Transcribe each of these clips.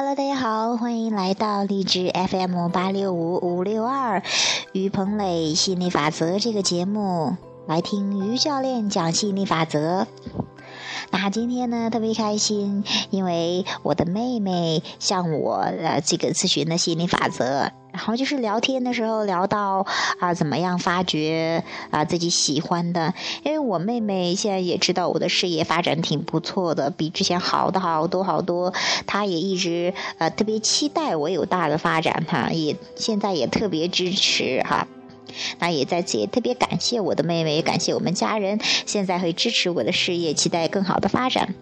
Hello， 大家好，欢迎来到励志 FM865562于鹏磊吸引力法则这个节目，来听于教练讲吸引力法则。那今天呢特别开心，因为我的妹妹向我这个咨询的吸引力法则，然后就是聊天的时候聊到怎么样发掘自己喜欢的，因为我妹妹现在也知道我的事业发展挺不错的，比之前好的好多，她也一直特别期待我有大的发展也现在也特别支持那也在此也特别感谢我的妹妹，也感谢我们家人现在会支持我的事业，期待更好的发展。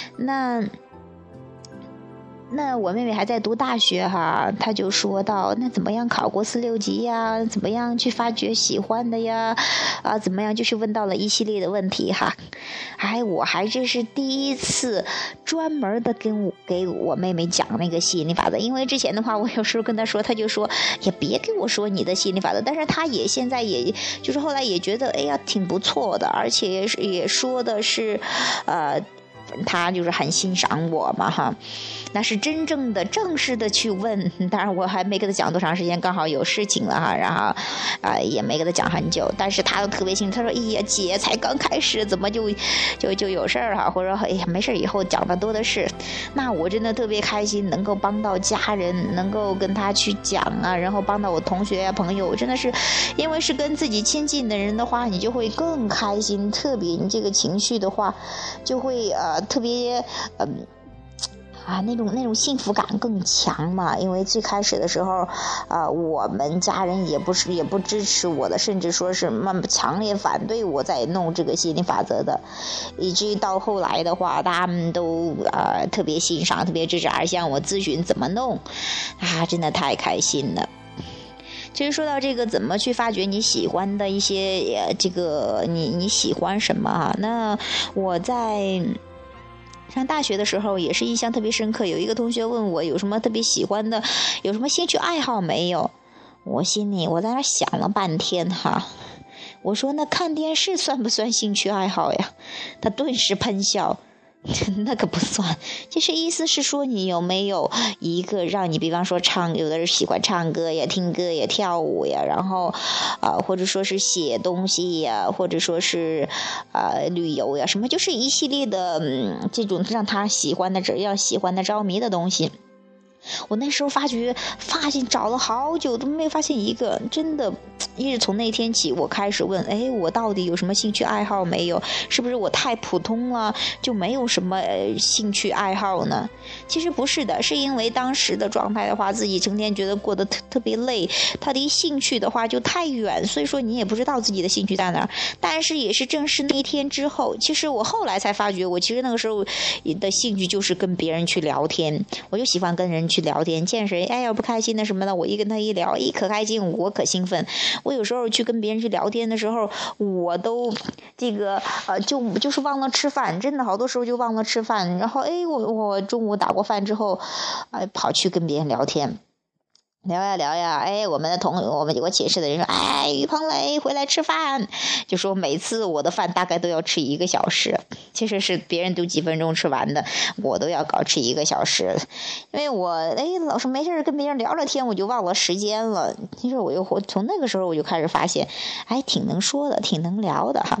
那我妹妹还在读大学她就说到那怎么样考过4、6级呀，怎么样去发掘喜欢的呀，怎么样，就是问到了一系列的问题我还真是第一次专门的给我妹妹讲那个吸引力法则，因为之前的话我有时候跟她说，她就说也别跟我说你的吸引力法则，但是她也现在也就是后来也觉得挺不错的，而且也说的是他就是很欣赏我嘛那是真正的正式的去问，当然我还没给他讲多长时间，刚好有事情了然后也没给他讲很久，但是他都特别清楚，他说哎呀姐才刚开始怎么就有事儿或者说哎呀没事，以后讲的多的是。那我真的特别开心能够帮到家人，能够跟他去讲然后帮到我同学朋友，真的是因为是跟自己亲近的人的话，你就会更开心，特别你这个情绪的话就会特别那种幸福感更强嘛。因为最开始的时候我们家人也不支持我的，甚至说是强烈反对我在弄这个吸引力法则的，以至于到后来的话他们都特别欣赏，特别支持，而向我咨询怎么弄真的太开心了。其实说到这个怎么去发掘你喜欢的一些这个你喜欢什么那我在上大学的时候也是印象特别深刻，有一个同学问我有什么特别喜欢的，有什么兴趣爱好没有，我在那想了半天我说那看电视算不算兴趣爱好呀？他顿时喷笑，那个不算，就是意思是说你有没有一个让你比方说有的人喜欢唱歌呀，听歌呀，跳舞呀，然后或者说是写东西呀，或者说是旅游呀，什么就是一系列的这种让他喜欢的着迷的东西。我那时候发现找了好久都没有发现一个，真的一直从那天起我开始问我到底有什么兴趣爱好没有，是不是我太普通了就没有什么兴趣爱好呢？其实不是的，是因为当时的状态的话自己成天觉得过得特别累，他离兴趣的话就太远，所以说你也不知道自己的兴趣在哪儿。但是也是正是那一天之后，其实我后来才发觉我其实那个时候的兴趣就是跟别人去聊天，我就喜欢跟人去聊天，见谁要不开心的什么的，我跟他一聊可开心，我可兴奋。我有时候去跟别人去聊天的时候，我都这个就是忘了吃饭，真的好多时候就忘了吃饭，然后我中午打过饭之后跑去跟别人聊天，聊呀我寝室的人说于鹏磊回来吃饭，就说每次我的饭大概都要吃1个小时，其实是别人都几分钟吃完的，我都要搞吃1个小时，因为我老是没事跟别人聊聊天我就忘了时间了。其实我从那个时候我就开始发现挺能说的，挺能聊的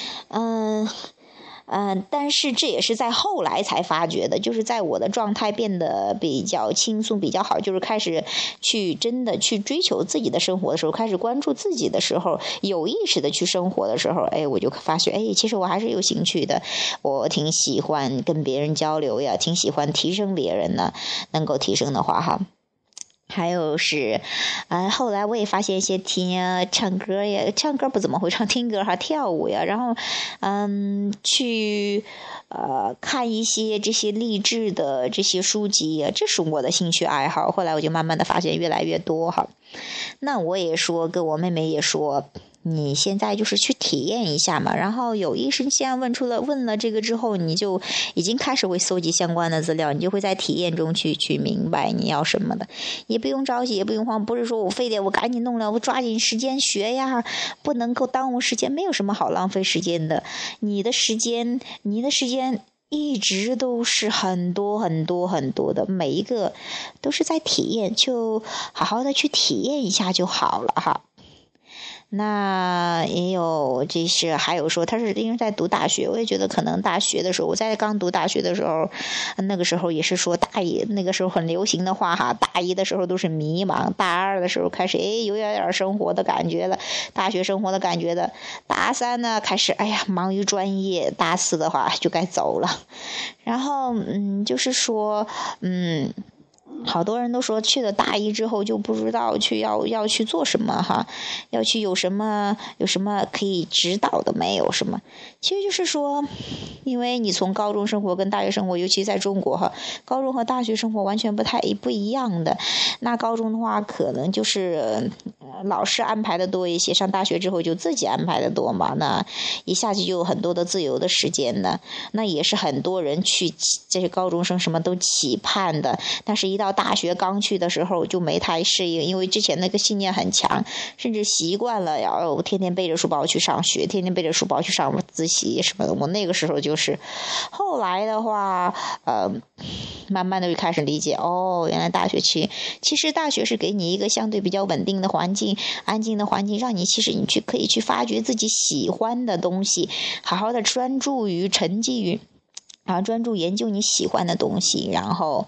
但是这也是在后来才发觉的，就是在我的状态变得比较轻松比较好，就是开始真的去追求自己的生活的时候，开始关注自己的时候，有意识的去生活的时候我就发觉其实我还是有兴趣的，我挺喜欢跟别人交流呀，挺喜欢提升别人的，能够提升的话还有是后来我也发现一些唱歌呀，唱歌不怎么会唱，听歌跳舞呀，然后去看一些这些励志的这些书籍呀，这是我的兴趣爱好。后来我就慢慢的发现越来越多那我也说跟我妹妹也说，你现在就是去体验一下嘛，然后有医生先问了这个之后，你就已经开始会搜集相关的资料，你就会在体验中去明白你要什么的，也不用着急，也不用慌，不是说我非得我赶紧弄了，我抓紧时间学呀，不能够耽误时间，没有什么好浪费时间的，你的时间一直都是很多很多很多的，每一个都是在体验，就好好的去体验一下就好了哈。那也有，还有说他是因为在读大学，我也觉得可能大学的时候，我在刚读大学的时候，那个时候也是说大一，那个时候很流行的话哈，大一的时候都是迷茫，大二的时候开始有点生活的感觉了，大学生活的感觉的，大三呢开始忙于专业，大四的话就该走了，然后就是说好多人都说去了大一之后就不知道要去做什么哈，要去有什么可以指导的没有什么。其实就是说，因为你从高中生活跟大学生活，尤其在中国哈，高中和大学生活完全不一样的。那高中的话可能就是老师安排的多一些，上大学之后就自己安排的多嘛，那一下子就有很多的自由的时间的，那也是很多人去这些高中生什么都期盼的，但是一到大学刚去的时候就没太适应，因为之前那个信念很强，甚至习惯了要天天背着书包去上学，天天背着书包去上自习什么的。我那个时候就是，后来的话慢慢的就开始理解，原来大学其实大学是给你一个相对比较稳定的环境，安静的环境，让你可以去发掘自己喜欢的东西，好好的专注于沉浸于专注研究你喜欢的东西，然后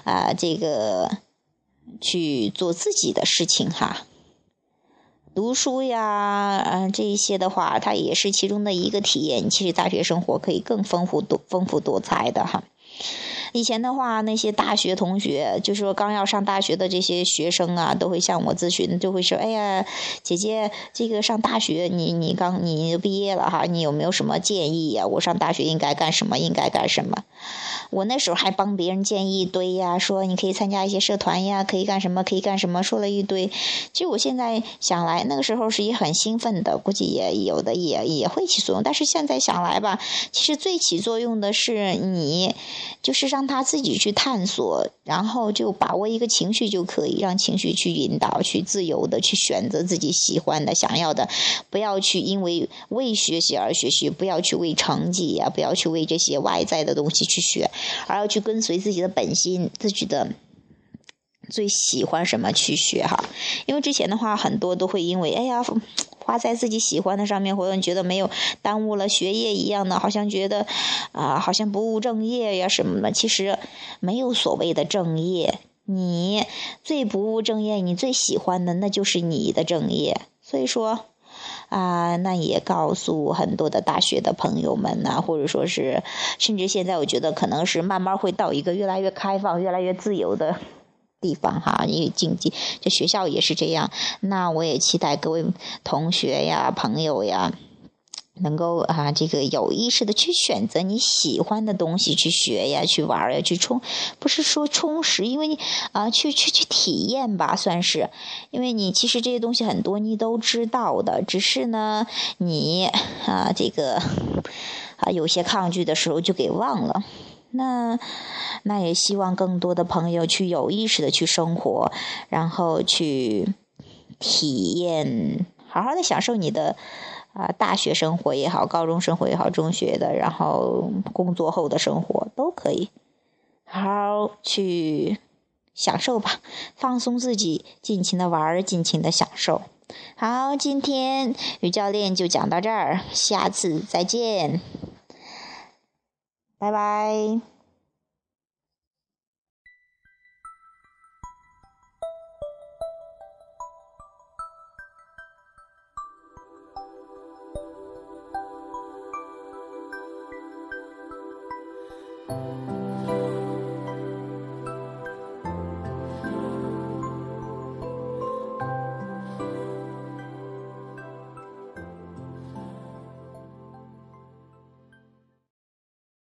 去做自己的事情哈。读书呀这一些的话，它也是其中的一个体验，其实大学生活可以更丰富多彩的哈。以前的话，那些大学同学，就是说刚要上大学的这些学生啊，都会向我咨询，就会说，姐姐，这个上大学你毕业了哈，你有没有什么建议呀？我上大学应该干什么？我那时候还帮别人建议一堆呀，说你可以参加一些社团呀，可以干什么，说了一堆。其实我现在想来，那个时候是也很兴奋的，估计也有的也会起作用。但是现在想来吧，其实最起作用的是你，就是让他自己去探索，然后就把握一个情绪就可以，让情绪去引导，去自由的去选择自己喜欢的、想要的，不要去因为学习而学习，不要去为成绩呀，不要去为这些外在的东西去学，而要去跟随自己的本心，自己的最喜欢什么去学哈。因为之前的话很多都会因为花在自己喜欢的上面，或者你觉得没有耽误了学业一样的，好像觉得好像不务正业呀什么的。其实没有所谓的正业，你最不务正业，你最喜欢的那就是你的正业。所以说那也告诉很多的大学的朋友们呐，或者说是甚至现在我觉得可能是慢慢会到一个越来越开放、越来越自由的地方哈，因为经济这学校也是这样。那我也期待各位同学呀、朋友呀，能够这个有意识的去选择你喜欢的东西去学呀、去玩呀、去不是说充实，因为你去体验吧，算是。因为你其实这些东西很多你都知道的，只是呢你有些抗拒的时候就给忘了。那也希望更多的朋友去有意识的去生活，然后去体验，好好的享受你的大学生活也好，高中生活也好，中学的，然后工作后的生活都可以好好去享受吧，放松自己，尽情的玩，尽情的享受。好，今天于教练就讲到这儿，下次再见，拜拜。